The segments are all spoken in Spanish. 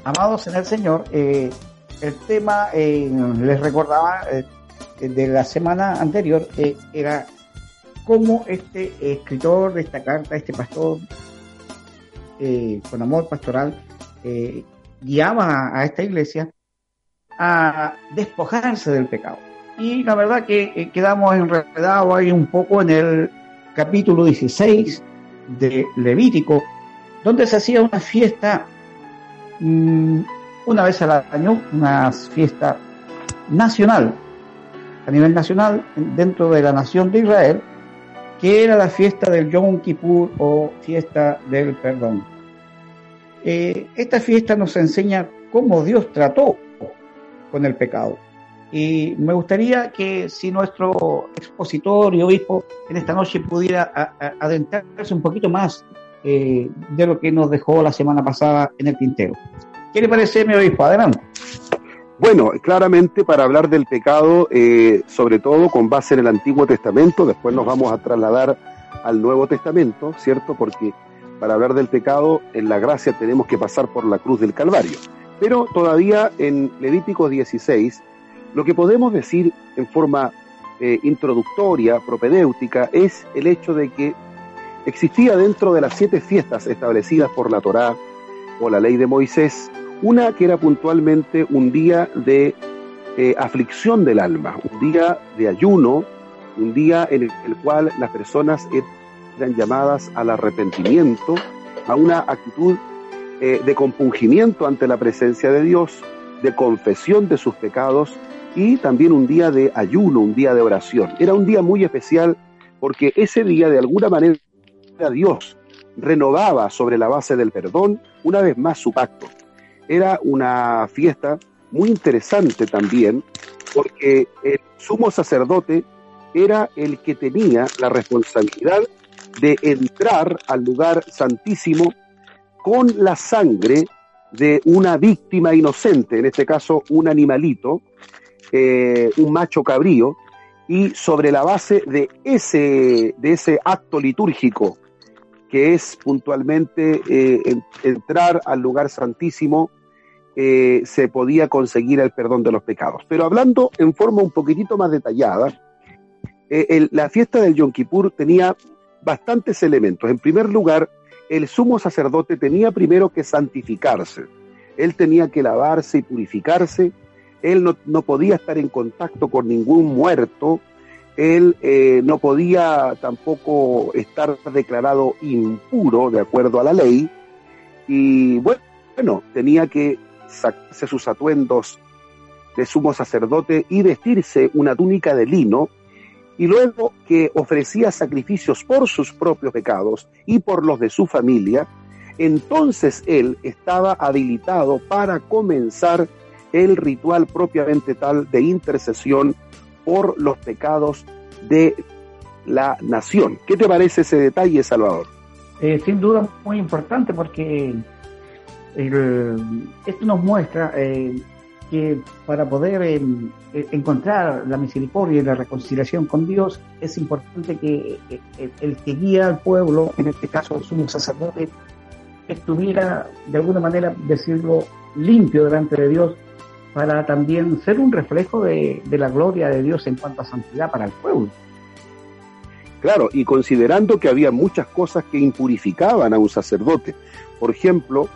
Amados en el Señor, el tema, les recordaba, de la semana anterior, era cómo este escritor de esta carta, este pastor, con amor pastoral, guiaba a esta iglesia a despojarse del pecado. Y la verdad que quedamos enredados ahí un poco en el capítulo 16 de Levítico, donde se hacía una fiesta una vez al año, una fiesta nacional, a nivel nacional, dentro de la nación de Israel, que era la fiesta del Yom Kippur o fiesta del perdón. Esta fiesta nos enseña cómo Dios trató con el pecado. Y me gustaría que si nuestro expositor y obispo en esta noche pudiera adentrarse un poquito más de lo que nos dejó la semana pasada en el tintero. ¿Qué le parece, mi obispo? Adelante. Bueno, claramente para hablar del pecado, sobre todo con base en el Antiguo Testamento, después nos vamos a trasladar al Nuevo Testamento, ¿cierto? Porque para hablar del pecado, en la gracia tenemos que pasar por la cruz del Calvario. Pero todavía en Levítico 16, lo que podemos decir en forma introductoria, propedéutica, es el hecho de que existía dentro de las 7 fiestas establecidas por la Torá o la ley de Moisés, una que era puntualmente un día de aflicción del alma, un día de ayuno, un día en el cual las personas eran llamadas al arrepentimiento, a una actitud de compungimiento ante la presencia de Dios, de confesión de sus pecados y también un día de ayuno, un día de oración. Era un día muy especial porque ese día de alguna manera Dios renovaba sobre la base del perdón una vez más su pacto. Era una fiesta muy interesante también porque el sumo sacerdote era el que tenía la responsabilidad de entrar al lugar santísimo con la sangre de una víctima inocente, en este caso un animalito, un macho cabrío, y sobre la base de ese acto litúrgico que es puntualmente entrar al lugar santísimo, se podía conseguir el perdón de los pecados. Pero hablando en forma un poquitito más detallada, la fiesta del Yom Kippur tenía bastantes elementos. En primer lugar, el sumo sacerdote tenía primero que santificarse. Él tenía que lavarse y purificarse. Él no podía estar en contacto con ningún muerto. Él no podía tampoco estar declarado impuro de acuerdo a la ley. Y bueno, tenía que sacarse sus atuendos de sumo sacerdote y vestirse una túnica de lino, y luego que ofrecía sacrificios por sus propios pecados y por los de su familia, entonces él estaba habilitado para comenzar el ritual propiamente tal de intercesión por los pecados de la nación. ¿Qué te parece ese detalle, Salvador? Sin duda muy importante porque esto nos muestra que para poder encontrar la misericordia y la reconciliación con Dios es importante que el que guía al pueblo, en este caso el sumo sacerdote, estuviera de alguna manera, decirlo, limpio delante de Dios, para también ser un reflejo de la gloria de Dios en cuanto a santidad para el pueblo. Claro, y considerando que había muchas cosas que impurificaban a un sacerdote, por ejemplo,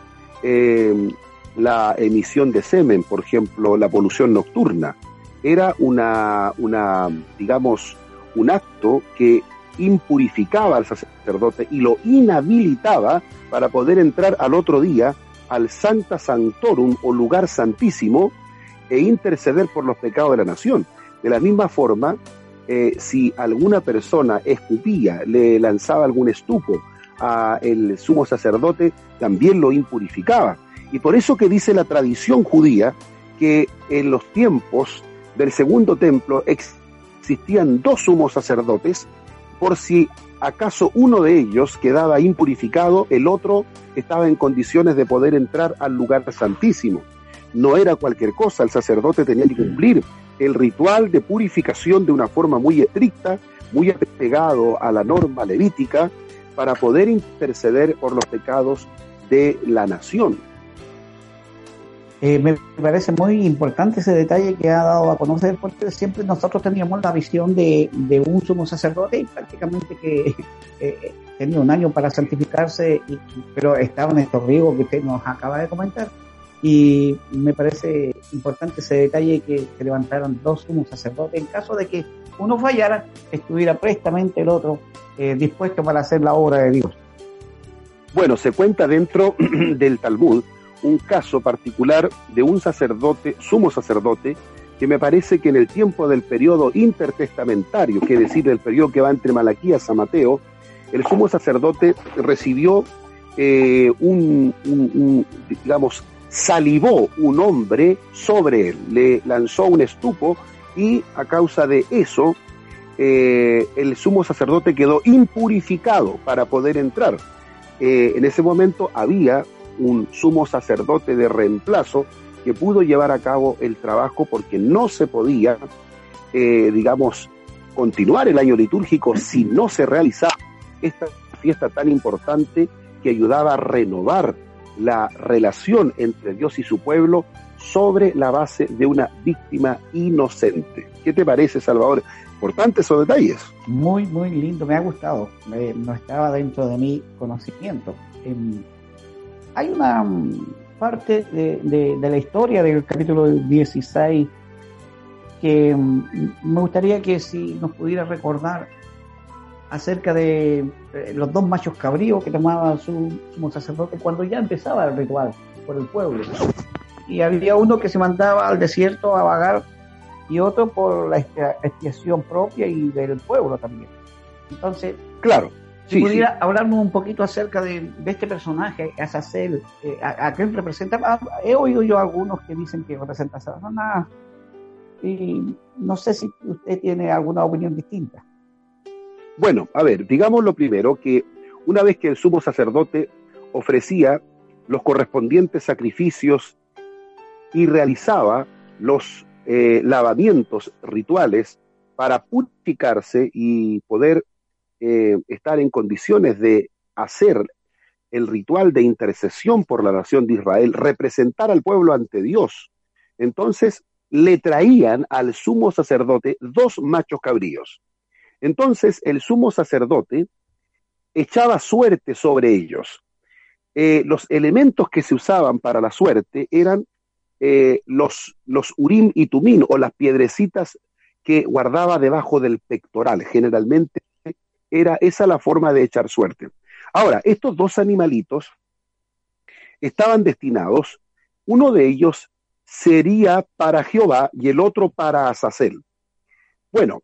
la emisión de semen, por ejemplo, la polución nocturna, era digamos, un acto que impurificaba al sacerdote y lo inhabilitaba para poder entrar al otro día al Sancta Sanctorum o lugar santísimo e interceder por los pecados de la nación. De la misma forma, si alguna persona escupía, le lanzaba algún estupo a el sumo sacerdote, también lo impurificaba. Y por eso que dice la tradición judía que en los tiempos del segundo templo existían 2 sumos sacerdotes, por si acaso uno de ellos quedaba impurificado, el otro estaba en condiciones de poder entrar al lugar santísimo. No era cualquier cosa, el sacerdote tenía que cumplir el ritual de purificación de una forma muy estricta, muy apegado a la norma levítica, para poder interceder por los pecados de la nación. Me parece muy importante ese detalle que ha dado a conocer, porque siempre nosotros teníamos la visión de un sumo sacerdote y prácticamente que tenía un año para santificarse, pero estaban estos riesgos que usted nos acaba de comentar. Y me parece importante ese detalle que se levantaran dos sumos sacerdotes en caso de que uno fallara, estuviera prestamente el otro dispuesto para hacer la obra de Dios. Bueno, se cuenta dentro del Talmud un caso particular de un sacerdote, sumo sacerdote, que me parece que en el tiempo del periodo intertestamentario, que es decir, el periodo que va entre Malaquías a Mateo, el sumo sacerdote recibió digamos, salivó un hombre sobre él, le lanzó un estupo y a causa de eso el sumo sacerdote quedó impurificado para poder entrar. En ese momento había un sumo sacerdote de reemplazo que pudo llevar a cabo el trabajo porque no se podía, digamos, continuar el año litúrgico si no se realizaba esta fiesta tan importante que ayudaba a renovar la relación entre Dios y su pueblo sobre la base de una víctima inocente. ¿Qué te parece, Salvador? Importantes esos detalles. Muy, muy lindo, me ha gustado. No estaba dentro de mi conocimiento. Hay una parte de la historia del capítulo 16 que me gustaría que si nos pudiera recordar acerca de los dos machos cabríos que tomaba su sumo sacerdote cuando ya empezaba el ritual por el pueblo. Y había uno que se mandaba al desierto a vagar y otro por la expiación propia y del pueblo también. Entonces, claro, si pudiera hablarnos un poquito acerca de este personaje, Azazel, a qué representa. He oído yo a algunos que dicen que representa a Satanás, y no sé si usted tiene alguna opinión distinta. Bueno, a ver, digamos lo primero, que una vez que el sumo sacerdote ofrecía los correspondientes sacrificios y realizaba los lavamientos rituales para purificarse y poder estar en condiciones de hacer el ritual de intercesión por la nación de Israel, representar al pueblo ante Dios. Entonces le traían al sumo sacerdote dos machos cabríos. Entonces el sumo sacerdote echaba suerte sobre ellos. Los elementos que se usaban para la suerte eran los urim y tumín, o las piedrecitas que guardaba debajo del pectoral. Generalmente era esa la forma de echar suerte. Ahora, estos dos animalitos estaban destinados, uno de ellos sería para Jehová y el otro para Azazel. Bueno,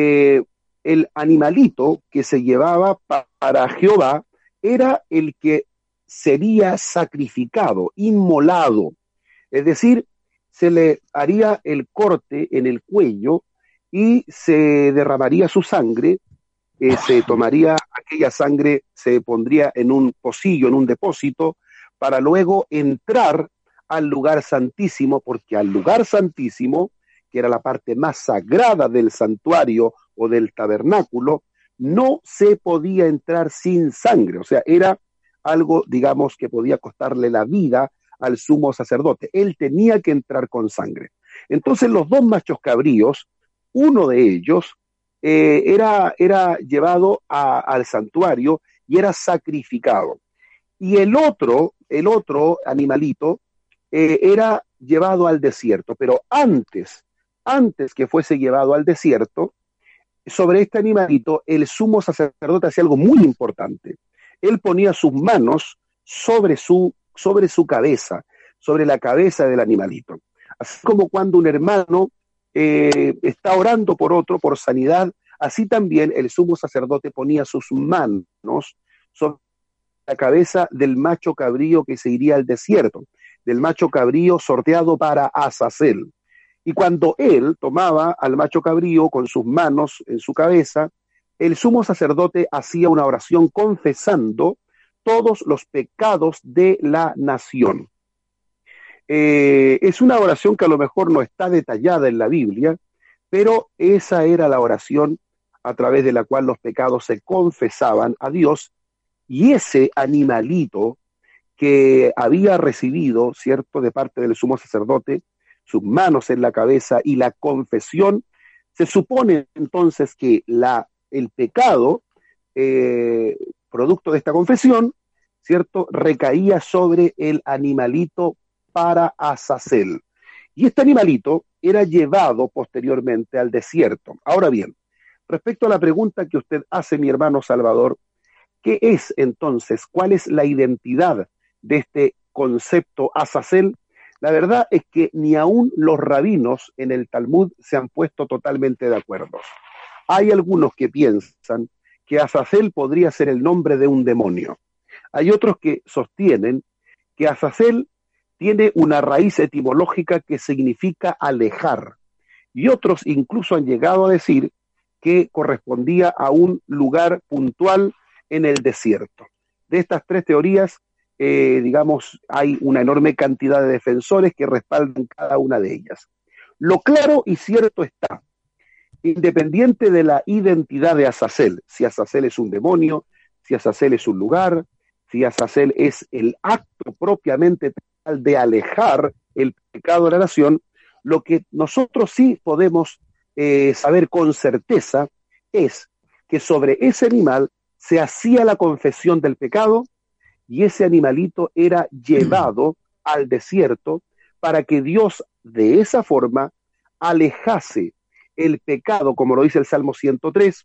el animalito que se llevaba para Jehová era el que sería sacrificado, inmolado. Es decir, se le haría el corte en el cuello y se derramaría su sangre, se tomaría aquella sangre, se pondría en un pocillo, en un depósito, para luego entrar al lugar santísimo, porque al lugar santísimo, que era la parte más sagrada del santuario o del tabernáculo, no se podía entrar sin sangre. O sea, era algo, digamos, que podía costarle la vida al sumo sacerdote. Él tenía que entrar con sangre. Entonces los dos machos cabríos, uno de ellos era llevado al santuario y era sacrificado. Y el otro animalito era llevado al desierto. Pero antes que fuese llevado al desierto, sobre este animalito, el sumo sacerdote hacía algo muy importante. Él ponía sus manos sobre su cabeza, sobre la cabeza del animalito. Así como cuando un hermano está orando por otro, por sanidad, así también el sumo sacerdote ponía sus manos sobre la cabeza del macho cabrío que se iría al desierto, del macho cabrío sorteado para Azazel. Y cuando él tomaba al macho cabrío con sus manos en su cabeza, el sumo sacerdote hacía una oración confesando todos los pecados de la nación. Es una oración que a lo mejor no está detallada en la Biblia, pero esa era la oración a través de la cual los pecados se confesaban a Dios, y ese animalito que había recibido, ¿cierto?, de parte del sumo sacerdote, sus manos en la cabeza y la confesión, se supone entonces que el pecado, producto de esta confesión, ¿cierto?, recaía sobre el animalito para Azazel. Y este animalito era llevado posteriormente al desierto. Ahora bien, respecto a la pregunta que usted hace, mi hermano Salvador, ¿qué es entonces? ¿Cuál es la identidad de este concepto Azazel? La verdad es que ni aún los rabinos en el Talmud se han puesto totalmente de acuerdo. Hay algunos que piensan que Azazel podría ser el nombre de un demonio. Hay otros que sostienen que Azazel tiene una raíz etimológica que significa alejar. Y otros incluso han llegado a decir que correspondía a un lugar puntual en el desierto. De estas tres teorías, digamos, hay una enorme cantidad de defensores que respaldan cada una de ellas. Lo claro y cierto está, independiente de la identidad de Azazel, si Azazel es un demonio, si Azazel es un lugar, si Azazel es el acto propiamente tal de alejar el pecado de la nación, lo que nosotros sí podemos saber con certeza es que sobre ese animal se hacía la confesión del pecado y ese animalito era llevado al desierto para que Dios de esa forma alejase el pecado, como lo dice el Salmo 103,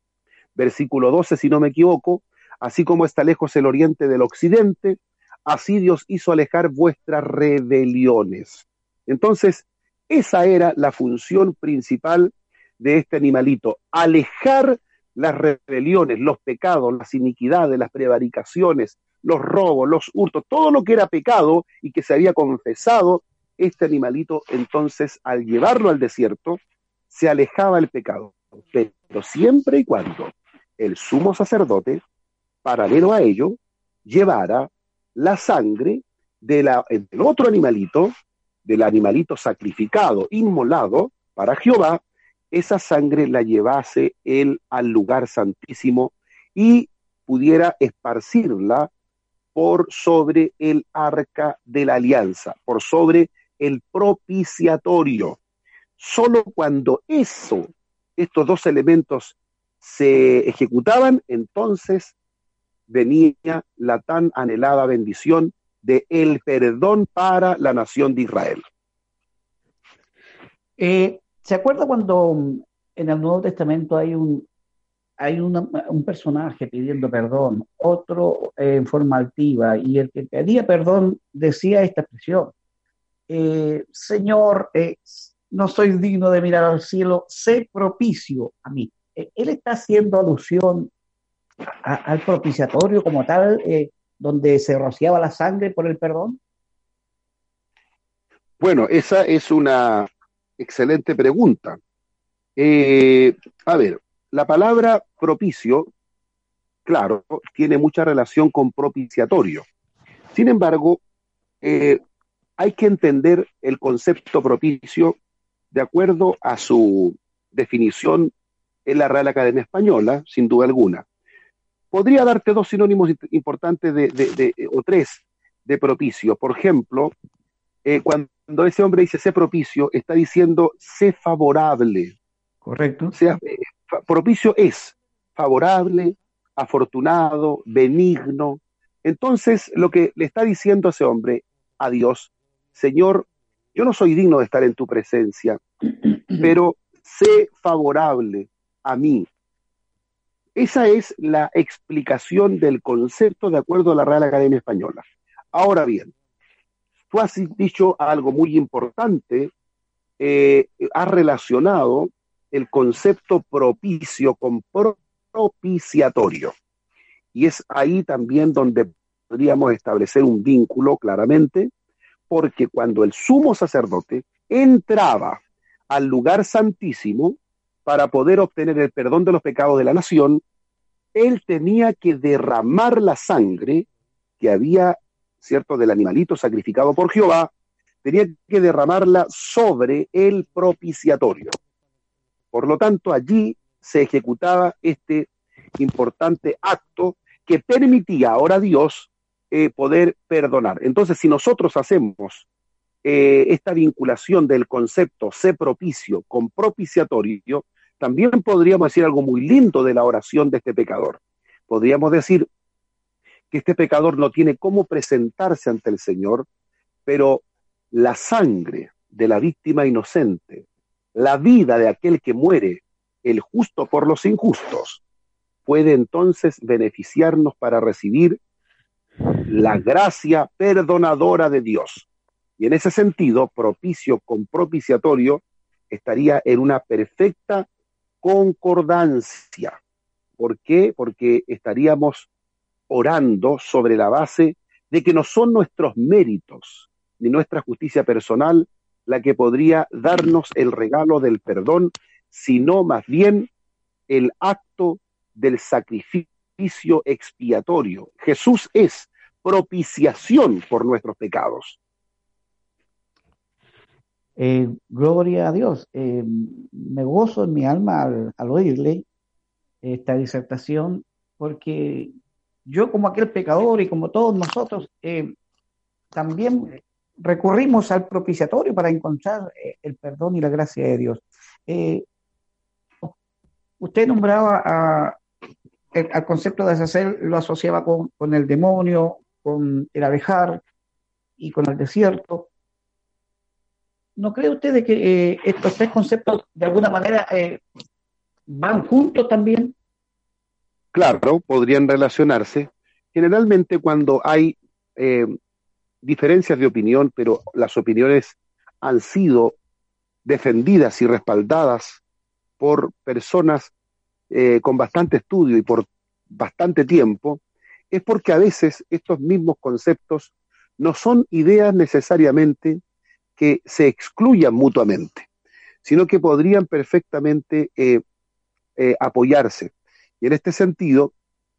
versículo 12, si no me equivoco, así como está lejos el oriente del occidente, así Dios hizo alejar vuestras rebeliones. Entonces, esa era la función principal de este animalito, alejar las rebeliones, los pecados, las iniquidades, las prevaricaciones, los robos, los hurtos, todo lo que era pecado y que se había confesado, este animalito entonces al llevarlo al desierto se alejaba el pecado, pero siempre y cuando el sumo sacerdote, paralelo a ello, llevara la sangre del otro animalito, del animalito sacrificado, inmolado para Jehová, esa sangre la llevase él al lugar santísimo y pudiera esparcirla por sobre el arca de la alianza, por sobre el propiciatorio. Solo cuando estos dos elementos se ejecutaban, entonces venía la tan anhelada bendición de el perdón para la nación de Israel. ¿Se acuerda cuando en el Nuevo Testamento hay un personaje pidiendo perdón, otro en forma altiva, y el que pedía perdón decía esta expresión: Señor, no soy digno de mirar al cielo, sé propicio a mí. Él está haciendo alusión al propiciatorio como tal, donde se rociaba la sangre por el perdón. Bueno, esa es una excelente pregunta. A ver, la palabra propicio, claro, tiene mucha relación con propiciatorio. Sin embargo, hay que entender el concepto propicio de acuerdo a su definición en la Real Academia Española, sin duda alguna. Podría darte dos sinónimos importantes o tres de propicio. Por ejemplo, cuando ese hombre dice sé propicio, está diciendo sé favorable. Correcto. Sea, propicio es favorable, afortunado, benigno. Entonces, lo que le está diciendo ese hombre a Dios: Señor, yo no soy digno de estar en tu presencia, pero sé favorable a mí. Esa es la explicación del concepto de acuerdo a la Real Academia Española. Ahora bien, tú has dicho algo muy importante, has relacionado el concepto propicio con propiciatorio. Y es ahí también donde podríamos establecer un vínculo claramente, porque cuando el sumo sacerdote entraba al lugar santísimo para poder obtener el perdón de los pecados de la nación, él tenía que derramar la sangre que había, ¿cierto?, del animalito sacrificado por Jehová, tenía que derramarla sobre el propiciatorio. Por lo tanto, allí se ejecutaba este importante acto que permitía ahora a Dios poder perdonar. Entonces, si nosotros hacemos esta vinculación del concepto sé propicio con propiciatorio, también podríamos decir algo muy lindo de la oración de este pecador. Podríamos decir que este pecador no tiene cómo presentarse ante el Señor, pero la sangre de la víctima inocente, la vida de aquel que muere, el justo por los injustos, puede entonces beneficiarnos para recibir la gracia perdonadora de Dios. Y en ese sentido, propicio con propiciatorio estaría en una perfecta concordancia. ¿Por qué? Porque estaríamos orando sobre la base de que no son nuestros méritos ni nuestra justicia personal la que podría darnos el regalo del perdón, sino más bien el acto del sacrificio expiatorio. Jesús es propiciación por nuestros pecados. Gloria a Dios. Me gozo en mi alma al oírle esta disertación, porque yo como aquel pecador y como todos nosotros, también recurrimos al propiciatorio para encontrar el perdón y la gracia de Dios. Usted nombraba al concepto de Azazel, lo asociaba con el demonio, con el abejar y con el desierto. ¿No cree usted de que estos tres conceptos de alguna manera van juntos también? Claro, podrían relacionarse. Generalmente cuando hay diferencias de opinión, pero las opiniones han sido defendidas y respaldadas por personas con bastante estudio y por bastante tiempo, es porque a veces estos mismos conceptos no son ideas necesariamente que se excluyan mutuamente, sino que podrían perfectamente apoyarse. Y en este sentido,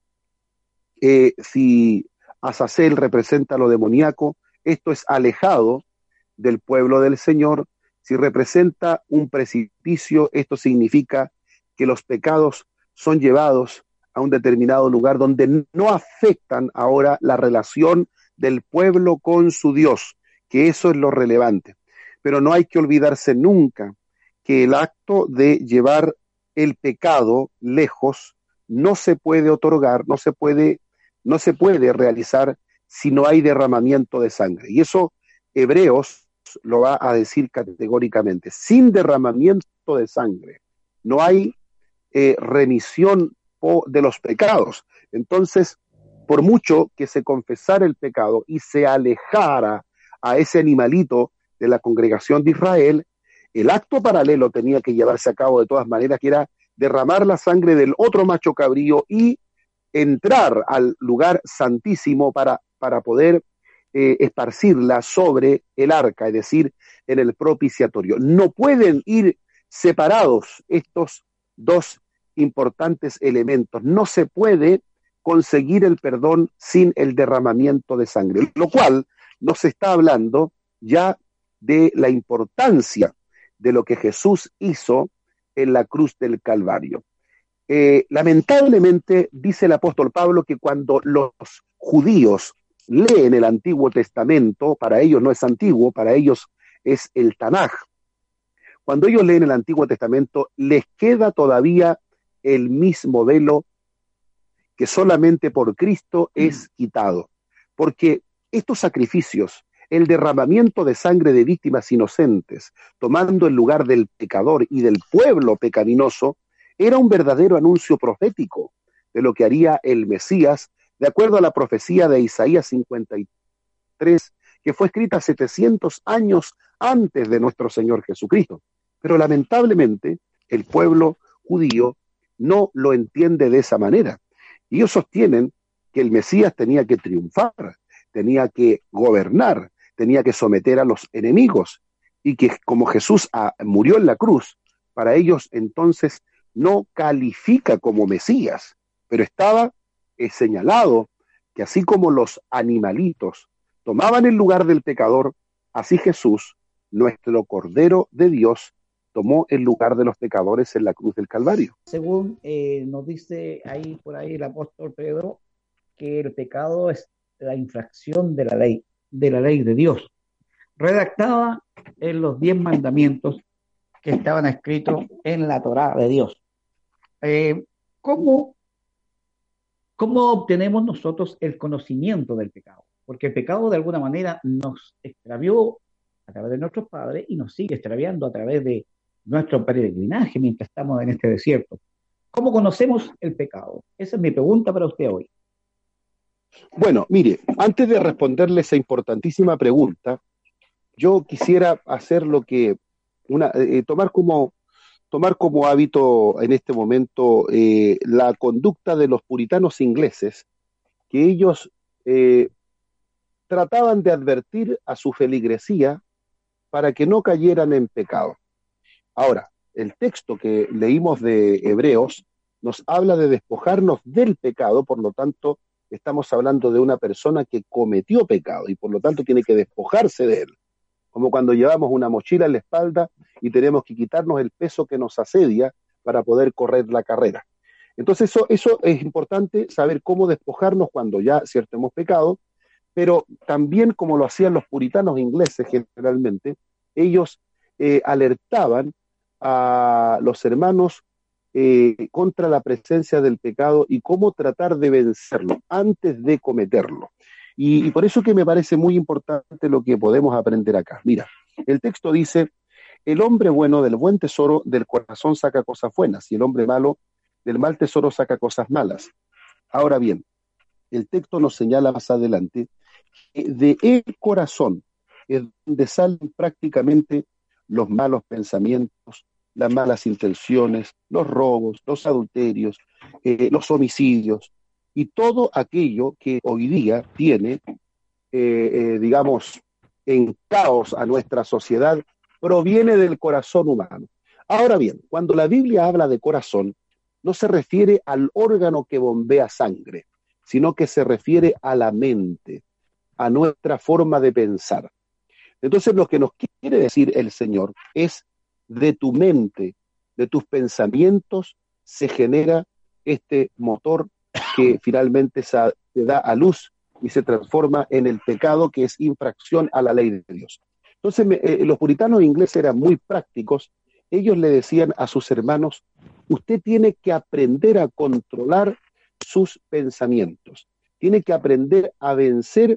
si Azazel representa lo demoníaco, esto es alejado del pueblo del Señor. Si representa un precipicio, esto significa que los pecados son llevados a un determinado lugar donde no afectan ahora la relación del pueblo con su Dios, que eso es lo relevante. Pero no hay que olvidarse nunca que el acto de llevar el pecado lejos no se puede otorgar, no se puede realizar si no hay derramamiento de sangre. Y eso Hebreos lo va a decir categóricamente. Sin derramamiento de sangre no hay remisión de los pecados. Entonces, por mucho que se confesara el pecado y se alejara a ese animalito de la congregación de Israel, el acto paralelo tenía que llevarse a cabo de todas maneras, que era derramar la sangre del otro macho cabrío y entrar al lugar santísimo para poder esparcirla sobre el arca, es decir, en el propiciatorio. No pueden ir separados estos dos importantes elementos. No se puede conseguir el perdón sin el derramamiento de sangre, lo cual nos está hablando ya de la importancia de lo que Jesús hizo en la cruz del Calvario. Lamentablemente, dice el apóstol Pablo que cuando los judíos leen el Antiguo Testamento, para ellos no es antiguo, para ellos es el Tanaj. Cuando ellos leen el Antiguo Testamento, les queda todavía el mismo velo que solamente por Cristo es quitado. Porque estos sacrificios, el derramamiento de sangre de víctimas inocentes, tomando el lugar del pecador y del pueblo pecaminoso, era un verdadero anuncio profético de lo que haría el Mesías, de acuerdo a la profecía de Isaías 53, que fue escrita 700 años antes de nuestro Señor Jesucristo. Pero lamentablemente el pueblo judío no lo entiende de esa manera. Y ellos sostienen que el Mesías tenía que triunfar, tenía que gobernar, tenía que someter a los enemigos, y que como Jesús murió en la cruz, para ellos entonces no califica como Mesías, pero estaba señalado que así como los animalitos tomaban el lugar del pecador, así Jesús, nuestro Cordero de Dios, tomó el lugar de los pecadores en la cruz del Calvario. Según nos dice ahí por ahí el apóstol Pedro, que el pecado la infracción de la ley de Dios, redactada en los 10 mandamientos que estaban escritos en la Torá de Dios. Eh, ¿cómo, ¿Cómo obtenemos nosotros el conocimiento del pecado? Porque el pecado de alguna manera nos extravió a través de nuestros padres y nos sigue extraviando a través de nuestro peregrinaje mientras estamos en este desierto. ¿Cómo conocemos el pecado? Esa es mi pregunta para usted hoy. Bueno, mire, antes de responderle esa importantísima pregunta, yo quisiera hacer lo que tomar como hábito en este momento la conducta de los puritanos ingleses, que ellos eh, trataban de advertir a su feligresía para que no cayeran en pecado. Ahora, el texto que leímos de Hebreos nos habla de despojarnos del pecado, por lo tanto, estamos hablando de una persona que cometió pecado y por lo tanto tiene que despojarse de él, como cuando llevamos una mochila en la espalda y tenemos que quitarnos el peso que nos asedia para poder correr la carrera. Entonces eso es importante, saber cómo despojarnos cuando ya, cierto, hemos pecado, pero también como lo hacían los puritanos ingleses generalmente, ellos alertaban a los hermanos contra la presencia del pecado y cómo tratar de vencerlo antes de cometerlo. Y por eso que me parece muy importante lo que podemos aprender acá. Mira, el texto dice, el hombre bueno del buen tesoro del corazón saca cosas buenas y el hombre malo del mal tesoro saca cosas malas. Ahora bien, el texto nos señala más adelante que de el corazón es donde salen prácticamente los malos pensamientos, las malas intenciones, los robos, los adulterios, los homicidios y todo aquello que hoy día tiene, digamos, en caos a nuestra sociedad, proviene del corazón humano. Ahora bien, cuando la Biblia habla de corazón, no se refiere al órgano que bombea sangre, sino que se refiere a la mente, a nuestra forma de pensar. Entonces lo que nos quiere decir el Señor es de tu mente, de tus pensamientos, se genera este motor que finalmente se da a luz y se transforma en el pecado que es infracción a la ley de Dios. Entonces los puritanos ingleses eran muy prácticos. Ellos le decían a sus hermanos, usted tiene que aprender a controlar sus pensamientos, tiene que aprender a vencer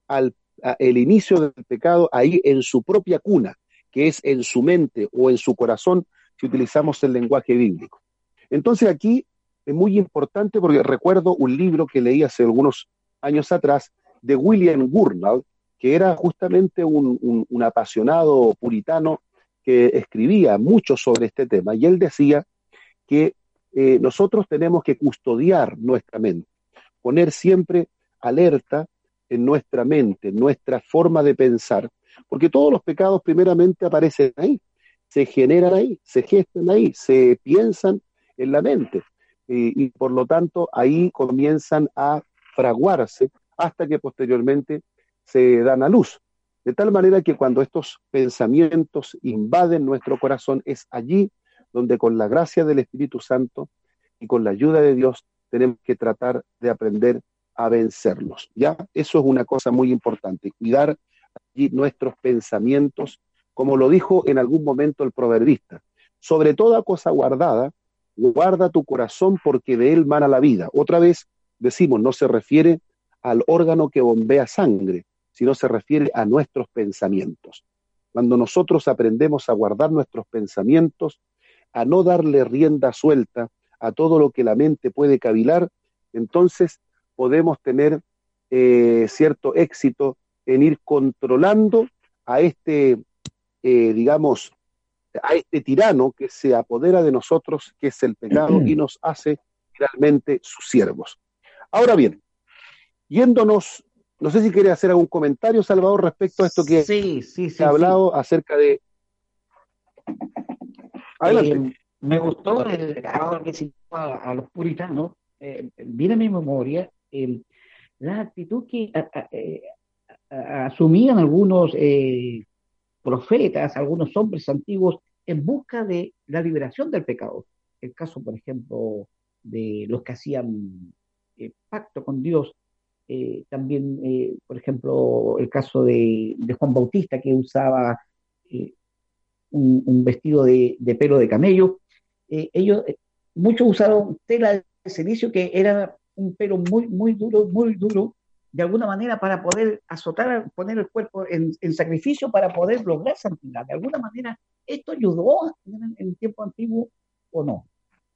el inicio del pecado ahí en su propia cuna, que es en su mente o en su corazón, si utilizamos el lenguaje bíblico. Entonces aquí es muy importante porque recuerdo un libro que leí hace algunos años atrás de William Gurnall, que era justamente un apasionado puritano que escribía mucho sobre este tema, y él decía que nosotros tenemos que custodiar nuestra mente, poner siempre alerta en nuestra mente, en nuestra forma de pensar, porque todos los pecados primeramente aparecen ahí, se generan ahí, se gestan ahí, se piensan en la mente, y por lo tanto ahí comienzan a fraguarse hasta que posteriormente se dan a luz. De tal manera que cuando estos pensamientos invaden nuestro corazón, es allí donde con la gracia del Espíritu Santo y con la ayuda de Dios tenemos que tratar de aprender a vencerlos. ¿Ya? Eso es una cosa muy importante, cuidar allí nuestros pensamientos, como lo dijo en algún momento el proverbista. Sobre toda cosa guardada, guarda tu corazón porque de él mana la vida. Otra vez decimos, no se refiere al órgano que bombea sangre, sino se refiere a nuestros pensamientos. Cuando nosotros aprendemos a guardar nuestros pensamientos, a no darle rienda suelta a todo lo que la mente puede cavilar, entonces podemos tener cierto éxito en ir controlando a digamos, a este tirano que se apodera de nosotros, que es el pecado, y nos hace realmente sus siervos. Ahora bien, yéndonos, no sé si quiere hacer algún comentario, Salvador, respecto a esto que Sí. he hablado acerca de... Adelante. Me gustó, ahora que citó a los puritanos, viene a mi memoria la actitud que asumían algunos profetas, algunos hombres antiguos en busca de la liberación del pecado. El caso, por ejemplo, de los que hacían pacto con Dios también, por ejemplo, el caso de Juan Bautista, que usaba eh, un vestido de pelo de camello. Ellos, muchos usaron tela de silicio, que era un pelo muy duro, de alguna manera para poder azotar, poner el cuerpo en sacrificio para poder lograr santidad. De alguna manera, ¿esto ayudó en el tiempo antiguo o no?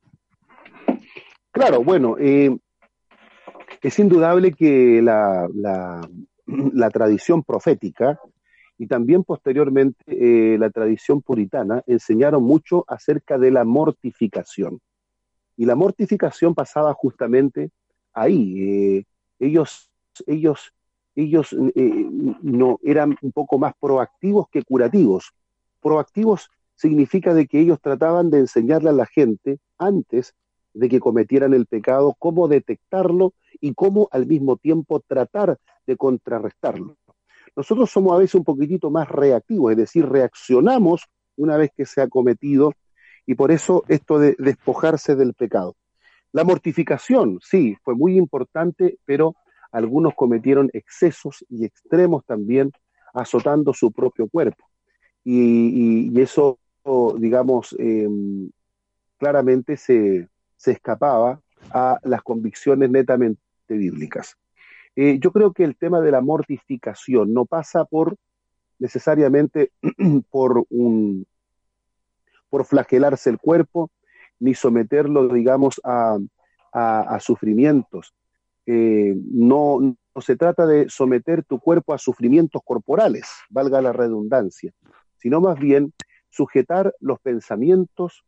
Claro, bueno, es indudable que la tradición profética y también posteriormente la tradición puritana enseñaron mucho acerca de la mortificación. Y la mortificación pasaba justamente ahí. Ellos, ellos, ellos no eran un poco más proactivos que curativos. Proactivos significa de que ellos trataban de enseñarle a la gente antes de que cometieran el pecado cómo detectarlo y cómo al mismo tiempo tratar de contrarrestarlo. Nosotros somos a veces un poquitito más reactivos, es decir, reaccionamos una vez que se ha cometido, y por eso esto de despojarse del pecado. La mortificación, sí, fue muy importante, pero algunos cometieron excesos y extremos también, azotando su propio cuerpo. Y eso, digamos, claramente se escapaba a las convicciones netamente bíblicas. Yo creo que el tema de la mortificación no pasa por necesariamente por por flagelarse el cuerpo, ni someterlo, digamos, a sufrimientos. No se trata de someter tu cuerpo a sufrimientos corporales, valga la redundancia, sino más bien sujetar los pensamientos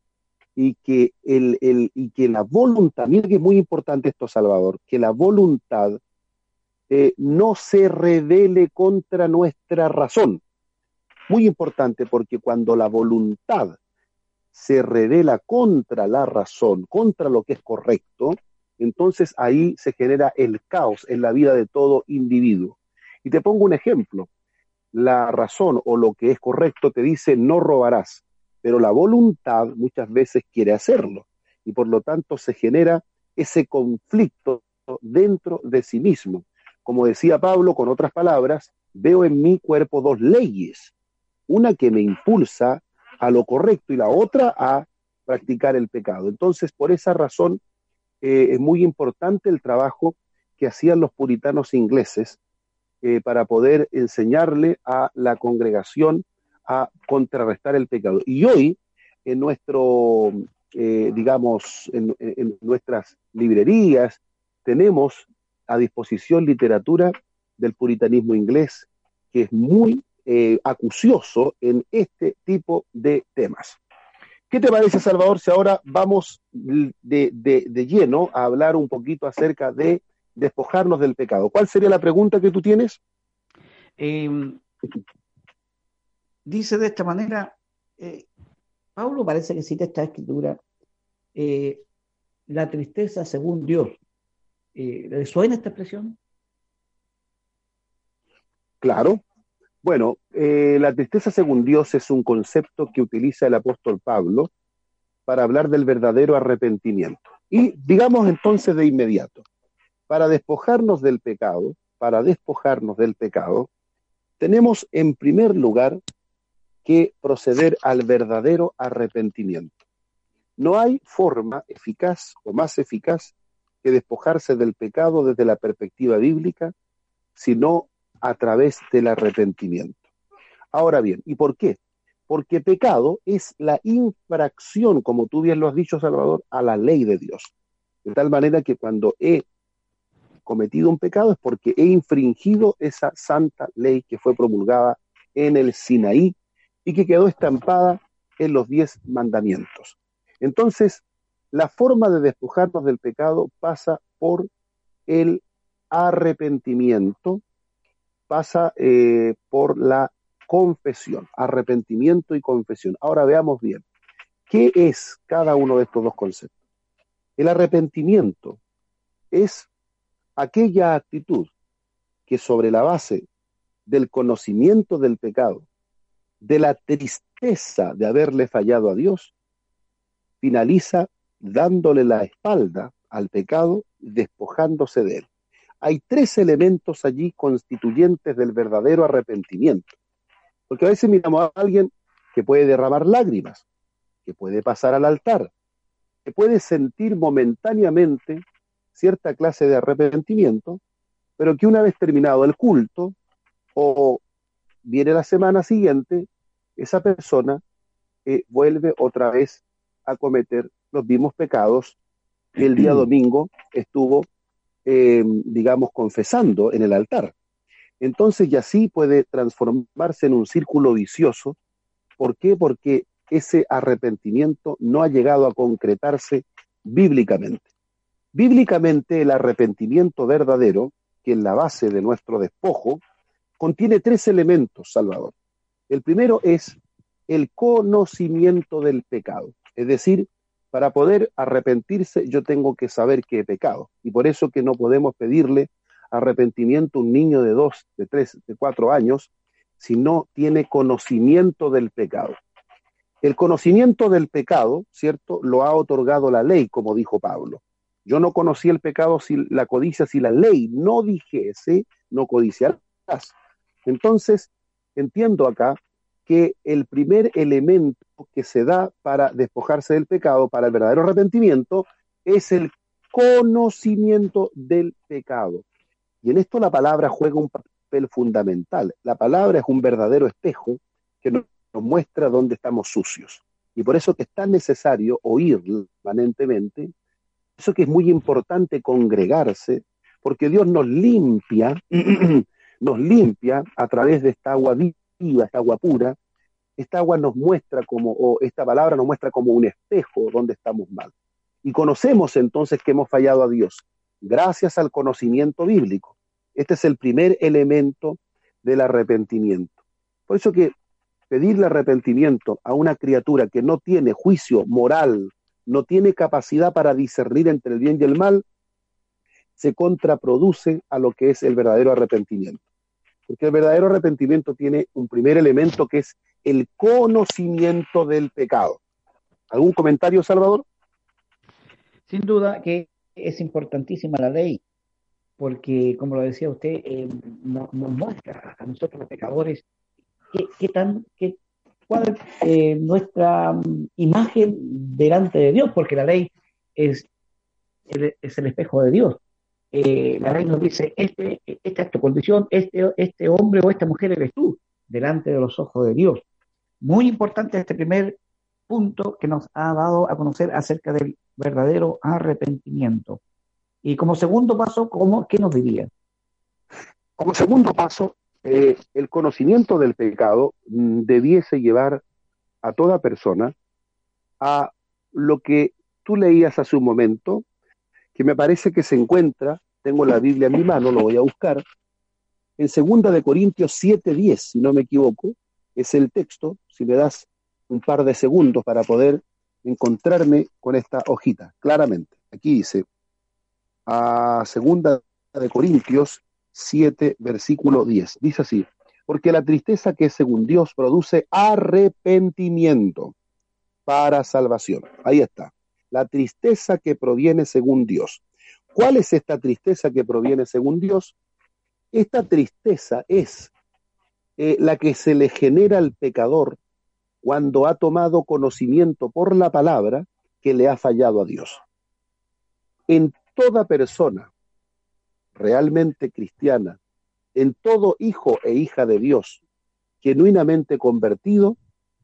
y que la voluntad, mira que es muy importante esto, Salvador, que la voluntad no se rebele contra nuestra razón. Muy importante, porque cuando la voluntad se revela contra la razón, contra lo que es correcto, entonces ahí se genera el caos en la vida de todo individuo. Y te pongo un ejemplo. La razón o lo que es correcto te dice no robarás, pero la voluntad muchas veces quiere hacerlo. Y por lo tanto se genera ese conflicto dentro de sí mismo. Como decía Pablo, con otras palabras, veo en mi cuerpo dos leyes, una que me impulsa a lo correcto y la otra a practicar el pecado. Entonces, por esa razón, es muy importante el trabajo que hacían los puritanos ingleses para poder enseñarle a la congregación a contrarrestar el pecado. Y hoy, en nuestro, digamos, en nuestras librerías, tenemos a disposición literatura del puritanismo inglés, que es muy acucioso en este tipo de temas. ¿Qué te parece, Salvador, si ahora vamos de lleno a hablar un poquito acerca de despojarnos del pecado? ¿Cuál sería la pregunta que tú tienes? Eh, Dice de esta manera, eh, Pablo parece que cita esta escritura, eh, la tristeza según Dios. ¿Le suena esta expresión? Claro. Bueno, la tristeza según Dios es un concepto que utiliza el apóstol Pablo para hablar del verdadero arrepentimiento. Y digamos entonces de inmediato, para despojarnos del pecado, tenemos en primer lugar que proceder al verdadero arrepentimiento. No hay forma eficaz o más eficaz que despojarse del pecado desde la perspectiva bíblica, sino a través del arrepentimiento. Ahora bien, ¿y por qué? Porque pecado es la infracción, como tú bien lo has dicho, Salvador, a la ley de Dios. De tal manera que cuando he cometido un pecado es porque he infringido esa santa ley que fue promulgada en el Sinaí y que quedó estampada en los 10 mandamientos. Entonces, la forma de despojarnos del pecado pasa por el arrepentimiento, pasa por la confesión, arrepentimiento y confesión. Ahora veamos bien, ¿qué es cada uno de estos dos conceptos? El arrepentimiento es aquella actitud que sobre la base del conocimiento del pecado, de la tristeza de haberle fallado a Dios, finaliza dándole la espalda al pecado, despojándose de él. hay tres elementos allí constituyentes del verdadero arrepentimiento. Porque a veces miramos a alguien que puede derramar lágrimas, que puede pasar al altar, que puede sentir momentáneamente cierta clase de arrepentimiento, pero que una vez terminado el culto o viene la semana siguiente, esa persona vuelve otra vez a cometer los mismos pecados que el día domingo estuvo, digamos, confesando en el altar. Entonces, y así puede transformarse en un círculo vicioso. ¿Por qué? Porque ese arrepentimiento no ha llegado a concretarse bíblicamente. Bíblicamente, el arrepentimiento verdadero, que es la base de nuestro despojo, contiene tres elementos, Salvador. El primero es el conocimiento del pecado. Es decir, para poder arrepentirse yo tengo que saber que he pecado. Y por eso que no podemos pedirle arrepentimiento a un niño de 2, de 3, de 4 años, si no tiene conocimiento del pecado. El conocimiento del pecado, ¿cierto?, lo ha otorgado la ley, como dijo Pablo. Yo no conocí el pecado, si la codicia, si la ley no dijese, no codiciarás. Entonces, entiendo acá que el primer elemento que se da para despojarse del pecado, para el verdadero arrepentimiento, es el conocimiento del pecado. Y en esto la palabra juega un papel fundamental. La palabra es un verdadero espejo que nos muestra dónde estamos sucios. Y por eso que es tan necesario oír permanentemente, eso que es muy importante congregarse, porque Dios nos limpia a través de esta agua viva, esta agua pura. Esta agua nos muestra como, o esta palabra nos muestra como un espejo donde estamos mal. Y conocemos entonces que hemos fallado a Dios, gracias al conocimiento bíblico. Este es el primer elemento del arrepentimiento. Por eso que pedirle arrepentimiento a una criatura que no tiene juicio moral, no tiene capacidad para discernir entre el bien y el mal, se contraproduce a lo que es el verdadero arrepentimiento. Porque el verdadero arrepentimiento tiene un primer elemento que es el conocimiento del pecado. ¿Algún comentario, Salvador? Sin duda que es importantísima la ley, porque, como lo decía usted, nos muestra a nosotros los pecadores cuál es nuestra imagen delante de Dios, porque la ley es el espejo de Dios. La ley nos dice, esta es tu condición, este hombre o esta mujer eres tú, delante de los ojos de Dios. Muy importante este primer punto que nos ha dado a conocer acerca del verdadero arrepentimiento. Y como segundo paso, ¿qué nos diría? Como segundo paso, el conocimiento del pecado debiese llevar a toda persona a lo que tú leías hace un momento, que me parece que se encuentra, tengo la Biblia en mi mano, lo voy a buscar, en 2 Corintios 7:10, si no me equivoco, es el texto, si me das un par de segundos para poder encontrarme con esta hojita, claramente. Aquí dice, a 2 Corintios 7, versículo 10, dice así, porque la tristeza que según Dios produce arrepentimiento para salvación. Ahí está. La tristeza que proviene según Dios. ¿Cuál es esta tristeza que proviene según Dios? Esta tristeza es la que se le genera al pecador cuando ha tomado conocimiento por la palabra que le ha fallado a Dios. En toda persona realmente cristiana, en todo hijo e hija de Dios, genuinamente convertido,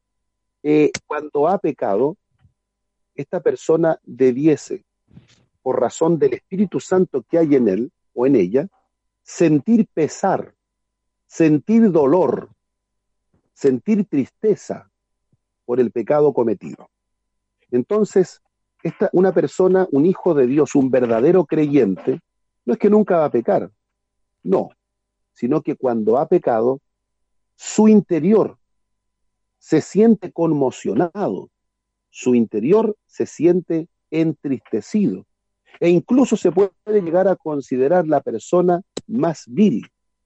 cuando ha pecado, esta persona debiese, por razón del Espíritu Santo que hay en él o en ella, sentir pesar, sentir dolor, sentir tristeza por el pecado cometido. Entonces, una persona, un hijo de Dios, un verdadero creyente, no es que nunca va a pecar, no, sino que cuando ha pecado, su interior se siente conmocionado, su interior se siente entristecido, e incluso se puede llegar a considerar la persona más vil,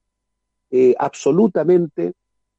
absolutamente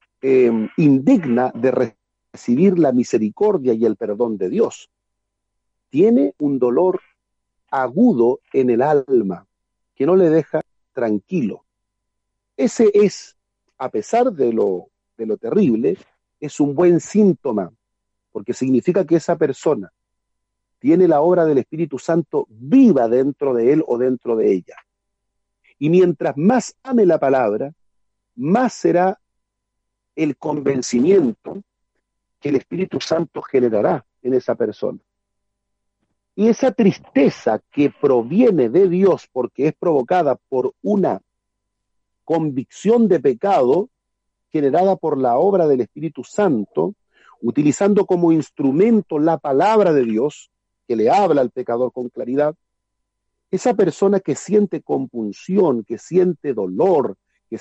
indigna de recibir la misericordia y el perdón de Dios. Tiene un dolor agudo en el alma que no le deja tranquilo. Ese es, a pesar de lo terrible, es un buen síntoma, porque significa que esa persona tiene la obra del Espíritu Santo viva dentro de él o dentro de ella. Y mientras más ame la palabra, más será el convencimiento que el Espíritu Santo generará en esa persona. Y esa tristeza que proviene de Dios porque es provocada por una convicción de pecado generada por la obra del Espíritu Santo, utilizando como instrumento la palabra de Dios, que le habla al pecador con claridad, esa persona que siente compunción, que siente dolor, que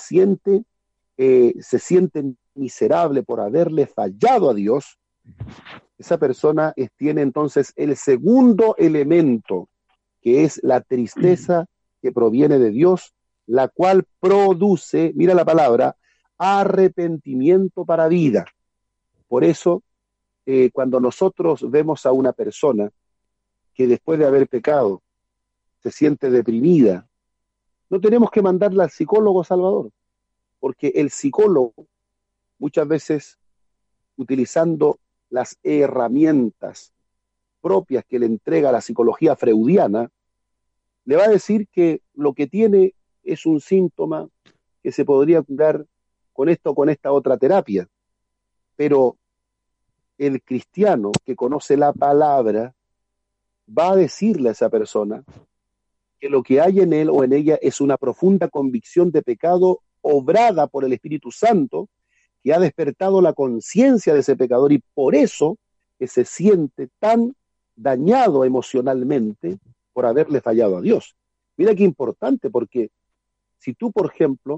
se siente miserable por haberle fallado a Dios, esa persona tiene entonces el segundo elemento, que es la tristeza que proviene de Dios, la cual produce, mira la palabra, arrepentimiento para vida. Por eso, cuando nosotros vemos a una persona que después de haber pecado se siente deprimida, no tenemos que mandarla al psicólogo, Salvador, porque el psicólogo muchas veces, utilizando las herramientas propias que le entrega la psicología freudiana, le va a decir que lo que tiene es un síntoma que se podría curar con esto o con esta otra terapia. Pero el cristiano que conoce la palabra va a decirle a esa persona que lo que hay en él o en ella es una profunda convicción de pecado obrada por el Espíritu Santo, que ha despertado la conciencia de ese pecador y por eso que se siente tan dañado emocionalmente por haberle fallado a Dios. Mira qué importante, porque si tú, por ejemplo,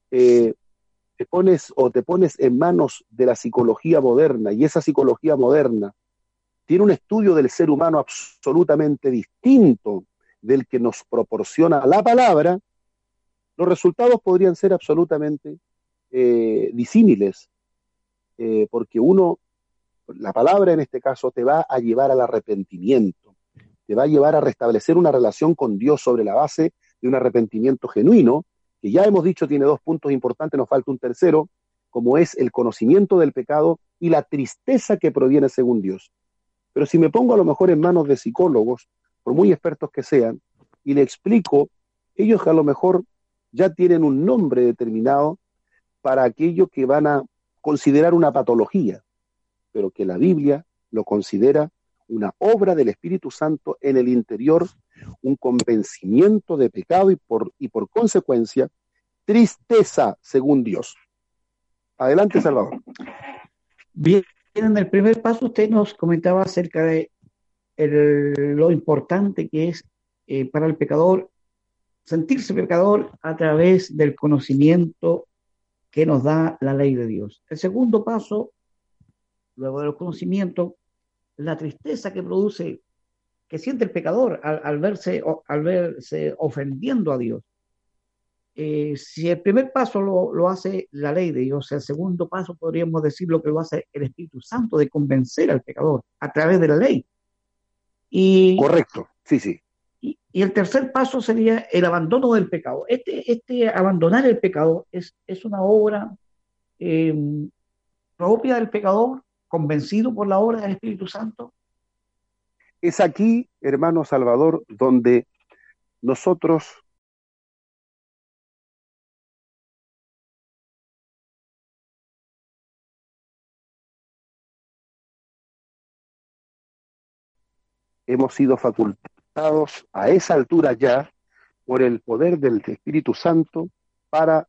te pones en manos de la psicología moderna, y esa psicología moderna tiene un estudio del ser humano absolutamente distinto del que nos proporciona la palabra, los resultados podrían ser absolutamente disímiles, porque la palabra en este caso te va a llevar al arrepentimiento, te va a llevar a restablecer una relación con Dios sobre la base de un arrepentimiento genuino, que ya hemos dicho tiene dos puntos importantes, nos falta un tercero, como es el conocimiento del pecado y la tristeza que proviene según Dios. Pero si me pongo a lo mejor en manos de psicólogos, por muy expertos que sean, y le explico, ellos a lo mejor ya tienen un nombre determinado para aquello que van a considerar una patología, pero que la Biblia lo considera una obra del Espíritu Santo en el interior, un convencimiento de pecado y por consecuencia, tristeza según Dios. Adelante, Salvador. Bien, en el primer paso usted nos comentaba acerca de lo importante que es para el pecador sentirse pecador a través del conocimiento que nos da la ley de Dios. El segundo paso, luego del conocimiento, la tristeza que produce, que siente el pecador al verse ofendiendo a Dios. Si el primer paso lo hace la ley de Dios, el segundo paso podríamos decir lo que lo hace el Espíritu Santo, de convencer al pecador a través de la ley. Correcto, sí. Y el tercer paso sería el abandono del pecado. Este abandonar el pecado es una obra propia del pecador, convencido por la obra del Espíritu Santo. Es aquí, hermano Salvador, donde nosotros hemos sido facultados a esa altura ya por el poder del Espíritu Santo para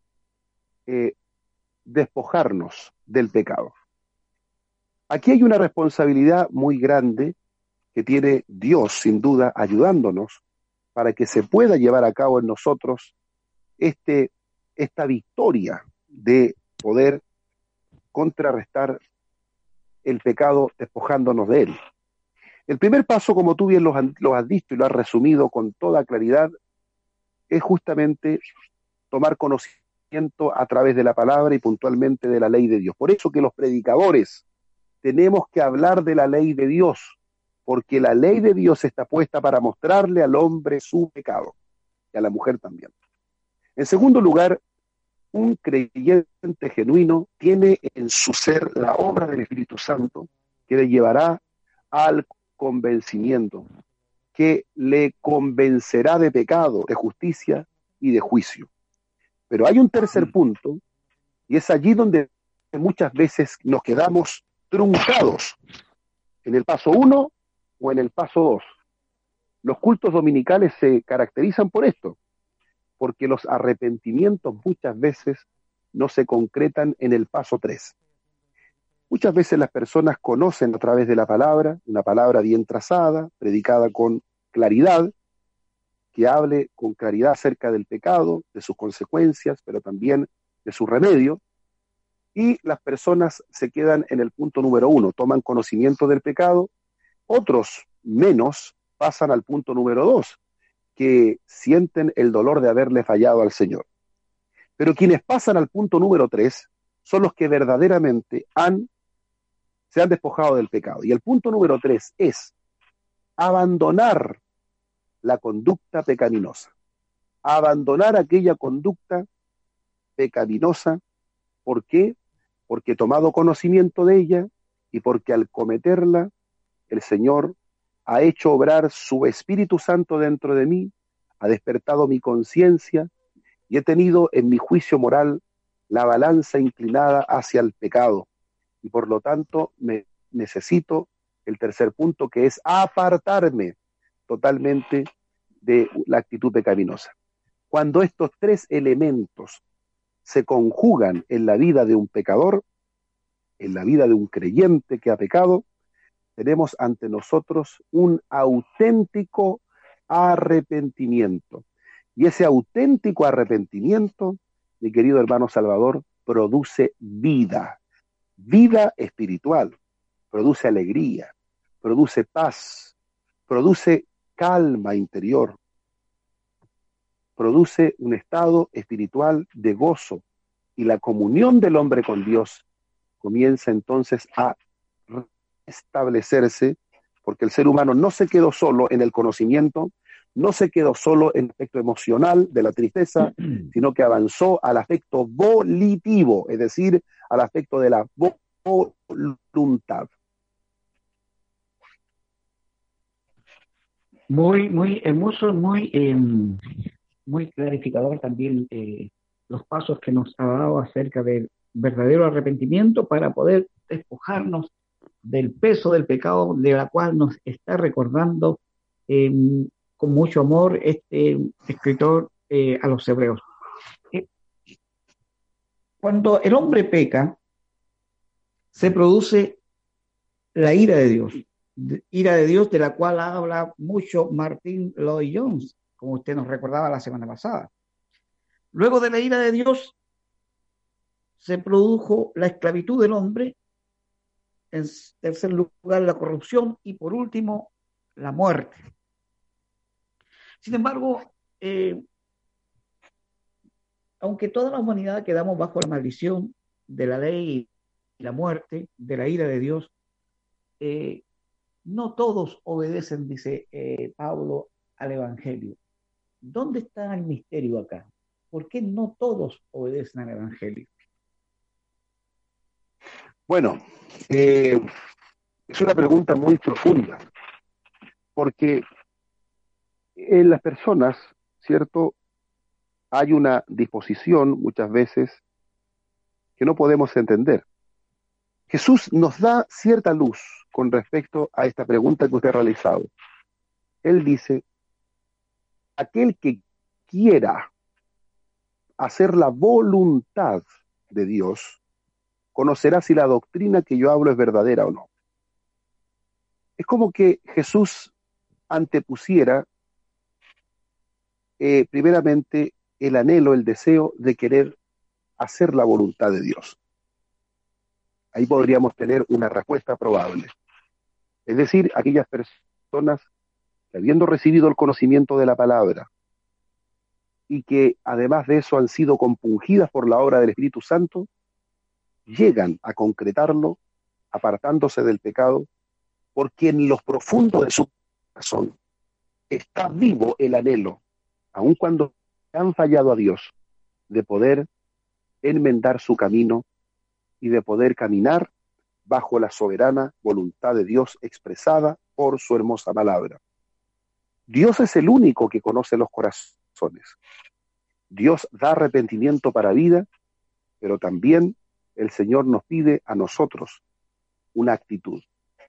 despojarnos del pecado. Aquí hay una responsabilidad muy grande que tiene Dios, sin duda, ayudándonos para que se pueda llevar a cabo en nosotros esta victoria de poder contrarrestar el pecado despojándonos de él. El primer paso, como tú bien lo has dicho y lo has resumido con toda claridad, es justamente tomar conocimiento a través de la palabra y puntualmente de la ley de Dios. Por eso que los predicadores tenemos que hablar de la ley de Dios, porque la ley de Dios está puesta para mostrarle al hombre su pecado y a la mujer también. En segundo lugar, un creyente genuino tiene en su ser la obra del Espíritu Santo que le llevará al convencimiento, que le convencerá de pecado, de justicia y de juicio. Pero hay un tercer punto, y es allí donde muchas veces nos quedamos truncados, en el paso 1 o en el paso 2. Los cultos dominicales se caracterizan por esto, porque los arrepentimientos muchas veces no se concretan en el paso 3. Muchas veces las personas conocen a través de la palabra, una palabra bien trazada, predicada con claridad, que hable con claridad acerca del pecado, de sus consecuencias, pero también de su remedio, y las personas se quedan en el punto número 1, toman conocimiento del pecado, otros menos pasan al punto número 2, que sienten el dolor de haberle fallado al Señor. Pero quienes pasan al punto número 3 son los que verdaderamente se han despojado del pecado. Y el punto número 3 es abandonar la conducta pecaminosa. Abandonar aquella conducta pecaminosa. ¿Por qué? Porque he tomado conocimiento de ella y porque al cometerla, el Señor ha hecho obrar su Espíritu Santo dentro de mí, ha despertado mi conciencia y he tenido en mi juicio moral la balanza inclinada hacia el pecado. Y por lo tanto necesito el tercer punto, que es apartarme totalmente de la actitud pecaminosa. Cuando estos tres elementos se conjugan en la vida de un pecador, en la vida de un creyente que ha pecado, tenemos ante nosotros un auténtico arrepentimiento. Y ese auténtico arrepentimiento, mi querido hermano Salvador, produce vida espiritual, produce alegría, produce paz, produce calma interior, produce un estado espiritual de gozo, y la comunión del hombre con Dios comienza entonces a establecerse, porque el ser humano no se quedó solo en el conocimiento, no se quedó solo en el aspecto emocional de la tristeza, sino que avanzó al aspecto volitivo, es decir, al aspecto de la voluntad. Muy hermoso, muy clarificador también los pasos que nos ha dado acerca del verdadero arrepentimiento para poder despojarnos del peso del pecado, de la cual nos está recordando eh, con mucho amor este escritor a los hebreos. Cuando el hombre peca, se produce la ira de Dios de la cual habla mucho Martin Lloyd-Jones, como usted nos recordaba la semana pasada. Luego de la ira de Dios, se produjo la esclavitud del hombre, en tercer lugar la corrupción y por último la muerte. Sin embargo, aunque toda la humanidad quedamos bajo la maldición de la ley y la muerte, de la ira de Dios, no todos obedecen, dice Pablo, al Evangelio. ¿Dónde está el misterio acá? ¿Por qué no todos obedecen al Evangelio? Bueno, es una pregunta muy profunda, porque en las personas, ¿cierto?, hay una disposición muchas veces que no podemos entender. Jesús nos da cierta luz con respecto a esta pregunta que usted ha realizado. Él dice, aquel que quiera hacer la voluntad de Dios, conocerá si la doctrina que yo hablo es verdadera o no. Es como que Jesús antepusiera primeramente el anhelo, el deseo de querer hacer la voluntad de Dios. Ahí podríamos tener una respuesta probable. Es decir, aquellas personas que habiendo recibido el conocimiento de la palabra y que además de eso han sido compungidas por la obra del Espíritu Santo, llegan a concretarlo apartándose del pecado, porque en lo profundo de su corazón está vivo el anhelo, aun cuando han fallado a Dios, de poder enmendar su camino y de poder caminar bajo la soberana voluntad de Dios expresada por su hermosa palabra. Dios es el único que conoce los corazones. Dios da arrepentimiento para vida, pero también el Señor nos pide a nosotros una actitud.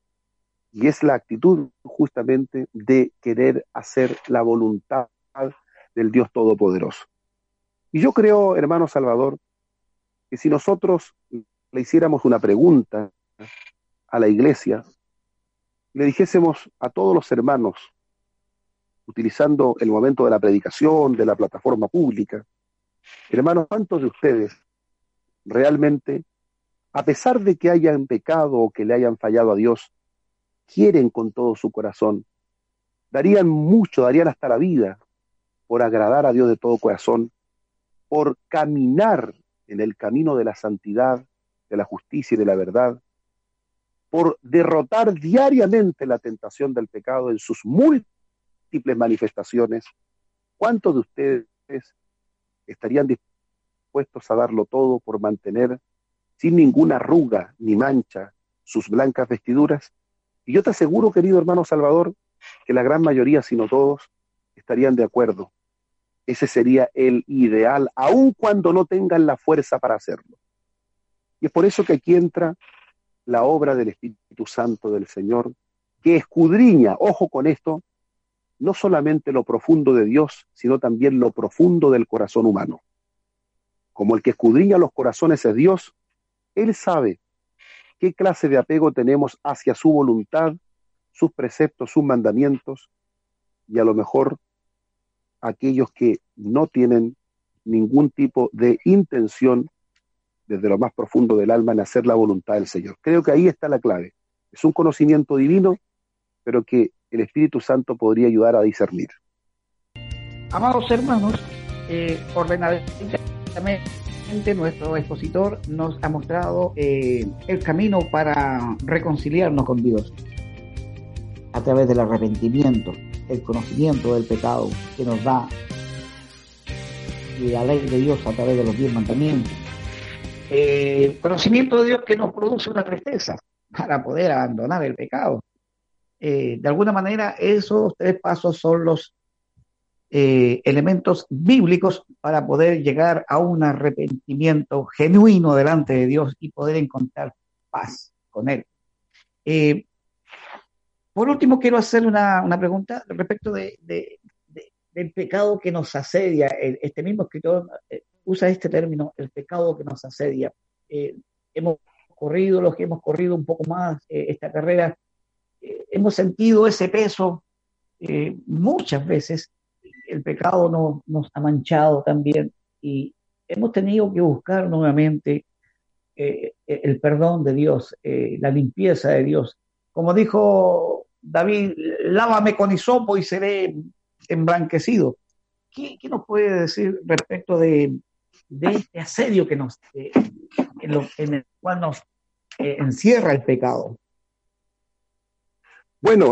Y es la actitud justamente de querer hacer la voluntad del Dios Todopoderoso. Y yo creo, hermano Salvador, que si nosotros le hiciéramos una pregunta a la iglesia, le dijésemos a todos los hermanos, utilizando el momento de la predicación, de la plataforma pública, hermanos, ¿cuántos de ustedes realmente, a pesar de que hayan pecado o que le hayan fallado a Dios, quieren con todo su corazón, darían mucho, darían hasta la vida por agradar a Dios de todo corazón, por caminar en el camino de la santidad, de la justicia y de la verdad, por derrotar diariamente la tentación del pecado en sus múltiples manifestaciones? ¿Cuántos de ustedes estarían dispuestos a darlo todo por mantener sin ninguna arruga ni mancha sus blancas vestiduras? Y yo te aseguro, querido hermano Salvador, que la gran mayoría, si no todos, estarían de acuerdo. Ese sería el ideal, aun cuando no tengan la fuerza para hacerlo. Y es por eso que aquí entra la obra del Espíritu Santo del Señor, que escudriña, ojo con esto, no solamente lo profundo de Dios, sino también lo profundo del corazón humano. Como el que escudriña los corazones es Dios, Él sabe qué clase de apego tenemos hacia su voluntad, sus preceptos, sus mandamientos, y a lo mejor aquellos que no tienen ningún tipo de intención desde lo más profundo del alma en hacer la voluntad del Señor. Creo que ahí está la clave. Es un conocimiento divino, pero que el Espíritu Santo podría ayudar a discernir. Amados hermanos, ordenadamente nuestro expositor nos ha mostrado el camino para reconciliarnos con Dios a través del arrepentimiento, el conocimiento del pecado que nos da la ley de Dios a través de los 10 mandamientos. Conocimiento de Dios que nos produce una tristeza para poder abandonar el pecado. De alguna manera, esos 3 pasos son los elementos bíblicos para poder llegar a un arrepentimiento genuino delante de Dios y poder encontrar paz con Él. Por último, quiero hacerle una pregunta respecto del pecado que nos asedia. Este mismo escritor usa este término, el pecado que nos asedia. Los que hemos corrido un poco más esta carrera, hemos sentido ese peso muchas veces. El pecado nos ha manchado también y hemos tenido que buscar nuevamente el perdón de Dios, la limpieza de Dios. Como dijo David, lávame con hisopo y seré emblanquecido. ¿Qué nos puede decir respecto de este asedio que en el cual nos encierra el pecado? Bueno,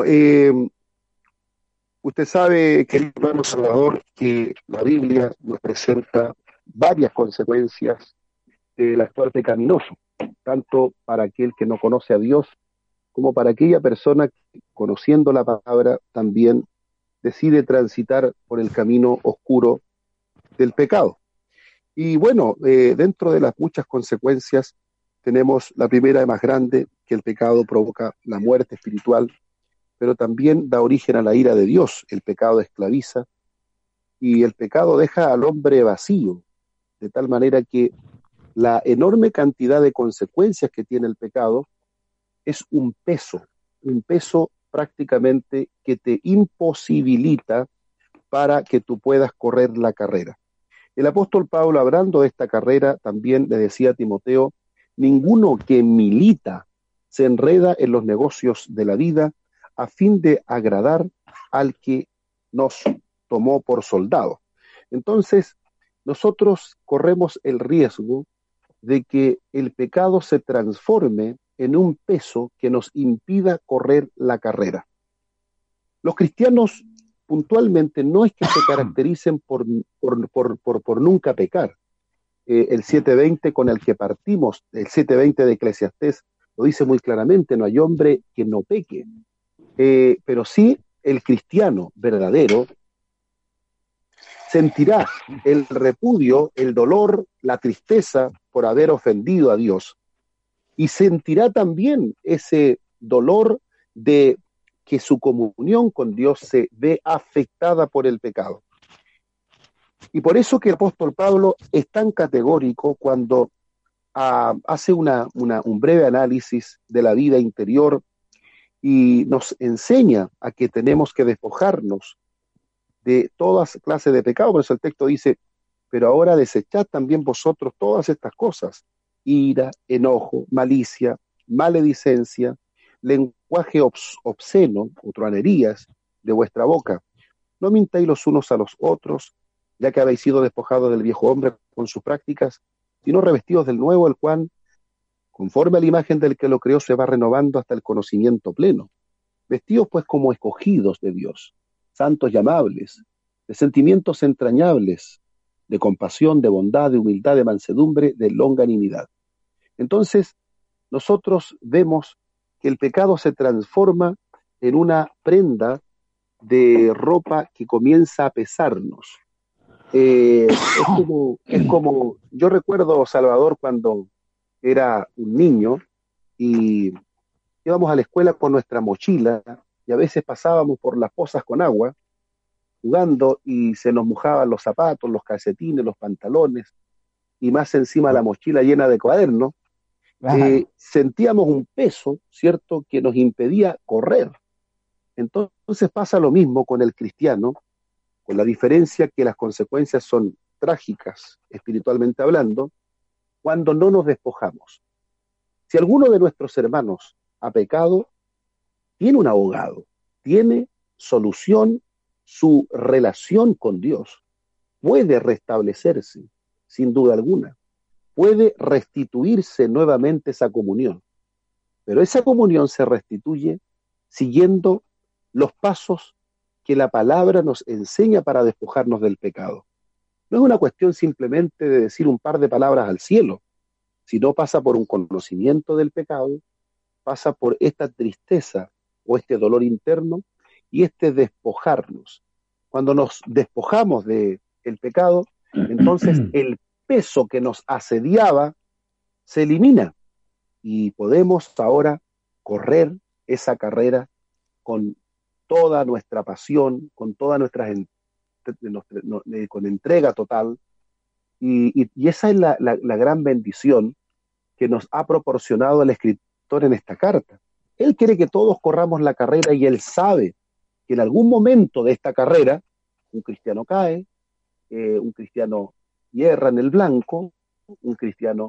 usted sabe, querido hermano Salvador, que la Biblia nos presenta varias consecuencias del actuar pecaminoso, tanto para aquel que no conoce a Dios, como para aquella persona que, conociendo la palabra, también decide transitar por el camino oscuro del pecado. Y bueno, dentro de las muchas consecuencias, tenemos la primera y más grande, que el pecado provoca la muerte espiritual, pero también da origen a la ira de Dios. El pecado esclaviza y el pecado deja al hombre vacío, de tal manera que la enorme cantidad de consecuencias que tiene el pecado es un peso prácticamente que te imposibilita para que tú puedas correr la carrera. El apóstol Pablo, hablando de esta carrera, también le decía a Timoteo: ninguno que milita se enreda en los negocios de la vida a fin de agradar al que nos tomó por soldado. Entonces, nosotros corremos el riesgo de que el pecado se transforme en un peso que nos impida correr la carrera. Los cristianos puntualmente no es que se caractericen por nunca pecar, el 7:20 con el que partimos, el 7:20 de Eclesiastés, lo dice muy claramente, no hay hombre que no peque. Pero sí el cristiano verdadero sentirá el repudio, el dolor, la tristeza por haber ofendido a Dios. Y sentirá también ese dolor de que su comunión con Dios se ve afectada por el pecado. Y por eso que el apóstol Pablo es tan categórico cuando hace un breve análisis de la vida interior y nos enseña a que tenemos que despojarnos de todas clases de pecado. Por eso el texto dice, pero ahora desechad también vosotros todas estas cosas: ira, enojo, malicia, maledicencia, lenguaje obsceno, o truanerías de vuestra boca. No mintáis los unos a los otros, ya que habéis sido despojados del viejo hombre con sus prácticas, sino revestidos del nuevo, el cual, conforme a la imagen del que lo creó, se va renovando hasta el conocimiento pleno. Vestidos pues como escogidos de Dios, santos y amables, de sentimientos entrañables, de compasión, de bondad, de humildad, de mansedumbre, de longanimidad. Entonces, nosotros vemos que el pecado se transforma en una prenda de ropa que comienza a pesarnos. Es como, yo recuerdo, Salvador, cuando era un niño y íbamos a la escuela con nuestra mochila y a veces pasábamos por las pozas con agua jugando y se nos mojaban los zapatos, los calcetines, los pantalones y más encima la mochila llena de cuadernos. Sentíamos un peso, ¿cierto?, que nos impedía correr. Entonces pasa lo mismo con el cristiano, con la diferencia que las consecuencias son trágicas, espiritualmente hablando, cuando no nos despojamos. Si alguno de nuestros hermanos ha pecado, tiene un abogado, tiene solución, su relación con Dios puede restablecerse, sin duda alguna, puede restituirse nuevamente esa comunión, pero esa comunión se restituye siguiendo los pasos que la palabra nos enseña para despojarnos del pecado. No es una cuestión simplemente de decir un par de palabras al cielo, sino pasa por un conocimiento del pecado, pasa por esta tristeza o este dolor interno y este despojarnos. Cuando nos despojamos del pecado, entonces el peso que nos asediaba se elimina y podemos ahora correr esa carrera con toda nuestra pasión, con toda con entrega total, y esa es la gran bendición que nos ha proporcionado el escritor en esta carta. Él quiere que todos corramos la carrera y él sabe que en algún momento de esta carrera un cristiano cae, un cristiano hierra en el blanco, un cristiano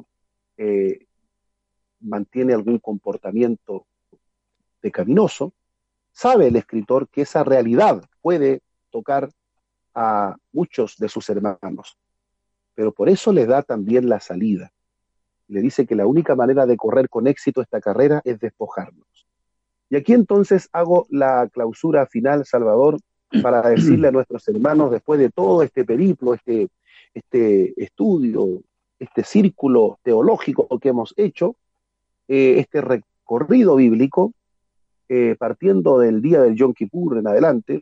mantiene algún comportamiento pecaminoso. Sabe el escritor que esa realidad puede tocar a muchos de sus hermanos, pero por eso les da también la salida. Le dice que la única manera de correr con éxito esta carrera es despojarnos. Y aquí entonces hago la clausura final, Salvador, para decirle a nuestros hermanos, después de todo este periplo, este estudio, este círculo teológico que hemos hecho, este recorrido bíblico, partiendo del día del Yom Kippur en adelante,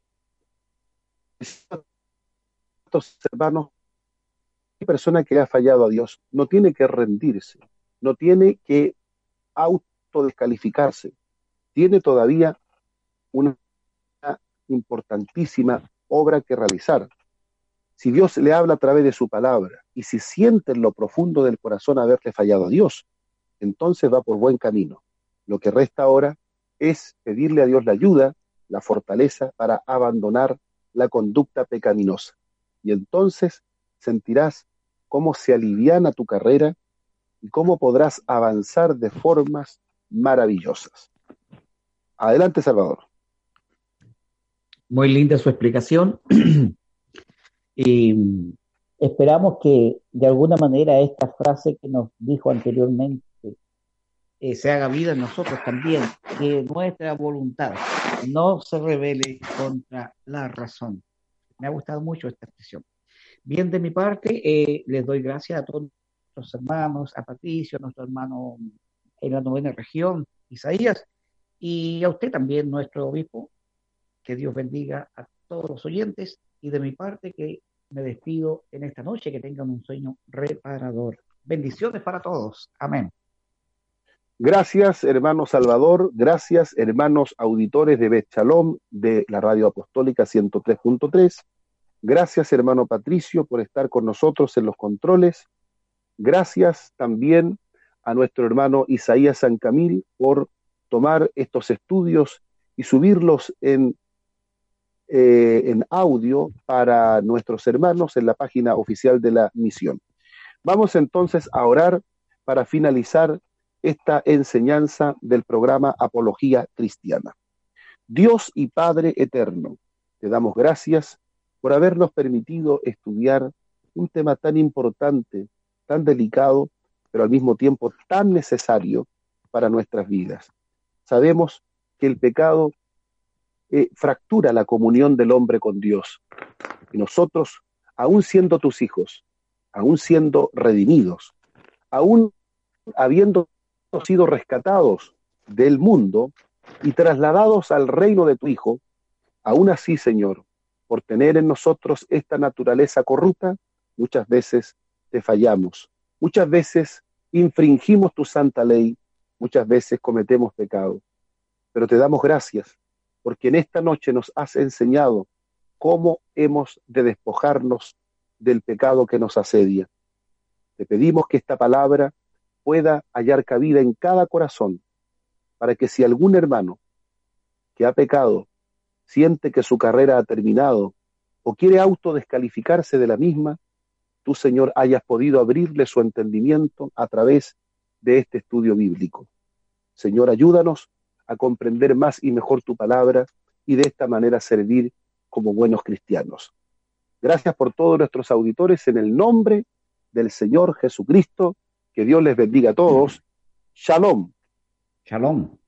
estos hermanos, una persona que le ha fallado a Dios no tiene que rendirse, no tiene que autodescalificarse, tiene todavía una importantísima obra que realizar. Si Dios le habla a través de su palabra y si siente en lo profundo del corazón haberle fallado a Dios, entonces va por buen camino. Lo que resta ahora es pedirle a Dios la ayuda, la fortaleza para abandonar la conducta pecaminosa. Y entonces sentirás cómo se aliviana tu carrera y cómo podrás avanzar de formas maravillosas. Adelante, Salvador. Muy linda su explicación. Y esperamos que de alguna manera esta frase que nos dijo anteriormente se haga vida en nosotros también, que nuestra voluntad no se rebele contra la razón. Me ha gustado mucho esta expresión. Bien, de mi parte, les doy gracias a todos nuestros hermanos, a Patricio, a nuestro hermano en la novena región, Isaías, y a usted también, nuestro obispo. Que Dios bendiga a todos los oyentes y de mi parte que me despido en esta noche, que tengan un sueño reparador. Bendiciones para todos. Amén. Gracias, hermano Salvador. Gracias, hermanos auditores de Bet Shalom, de la Radio Apostólica 103.3. Gracias, hermano Patricio, por estar con nosotros en los controles. Gracias también a nuestro hermano Isaías San Camil por tomar estos estudios y subirlos en audio para nuestros hermanos en la página oficial de la misión. Vamos entonces a orar para finalizar esta enseñanza del programa Apología Cristiana. Dios y Padre eterno, te damos gracias por habernos permitido estudiar un tema tan importante, tan delicado, pero al mismo tiempo tan necesario para nuestras vidas. Sabemos que el pecado fractura la comunión del hombre con Dios. Y nosotros, aún siendo tus hijos, aún siendo redimidos, aún habiendo sido rescatados del mundo y trasladados al reino de tu Hijo, aún así, Señor, por tener en nosotros esta naturaleza corrupta, muchas veces te fallamos, muchas veces infringimos tu santa ley, muchas veces cometemos pecado. Pero te damos gracias, porque en esta noche nos has enseñado cómo hemos de despojarnos del pecado que nos asedia. Te pedimos que esta palabra pueda hallar cabida en cada corazón, para que si algún hermano que ha pecado siente que su carrera ha terminado o quiere autodescalificarse de la misma, tú, Señor, hayas podido abrirle su entendimiento a través de este estudio bíblico. Señor, ayúdanos a comprender más y mejor tu palabra y de esta manera servir como buenos cristianos. Gracias por todos nuestros auditores en el nombre del Señor Jesucristo. Que Dios les bendiga a todos. Shalom. Shalom.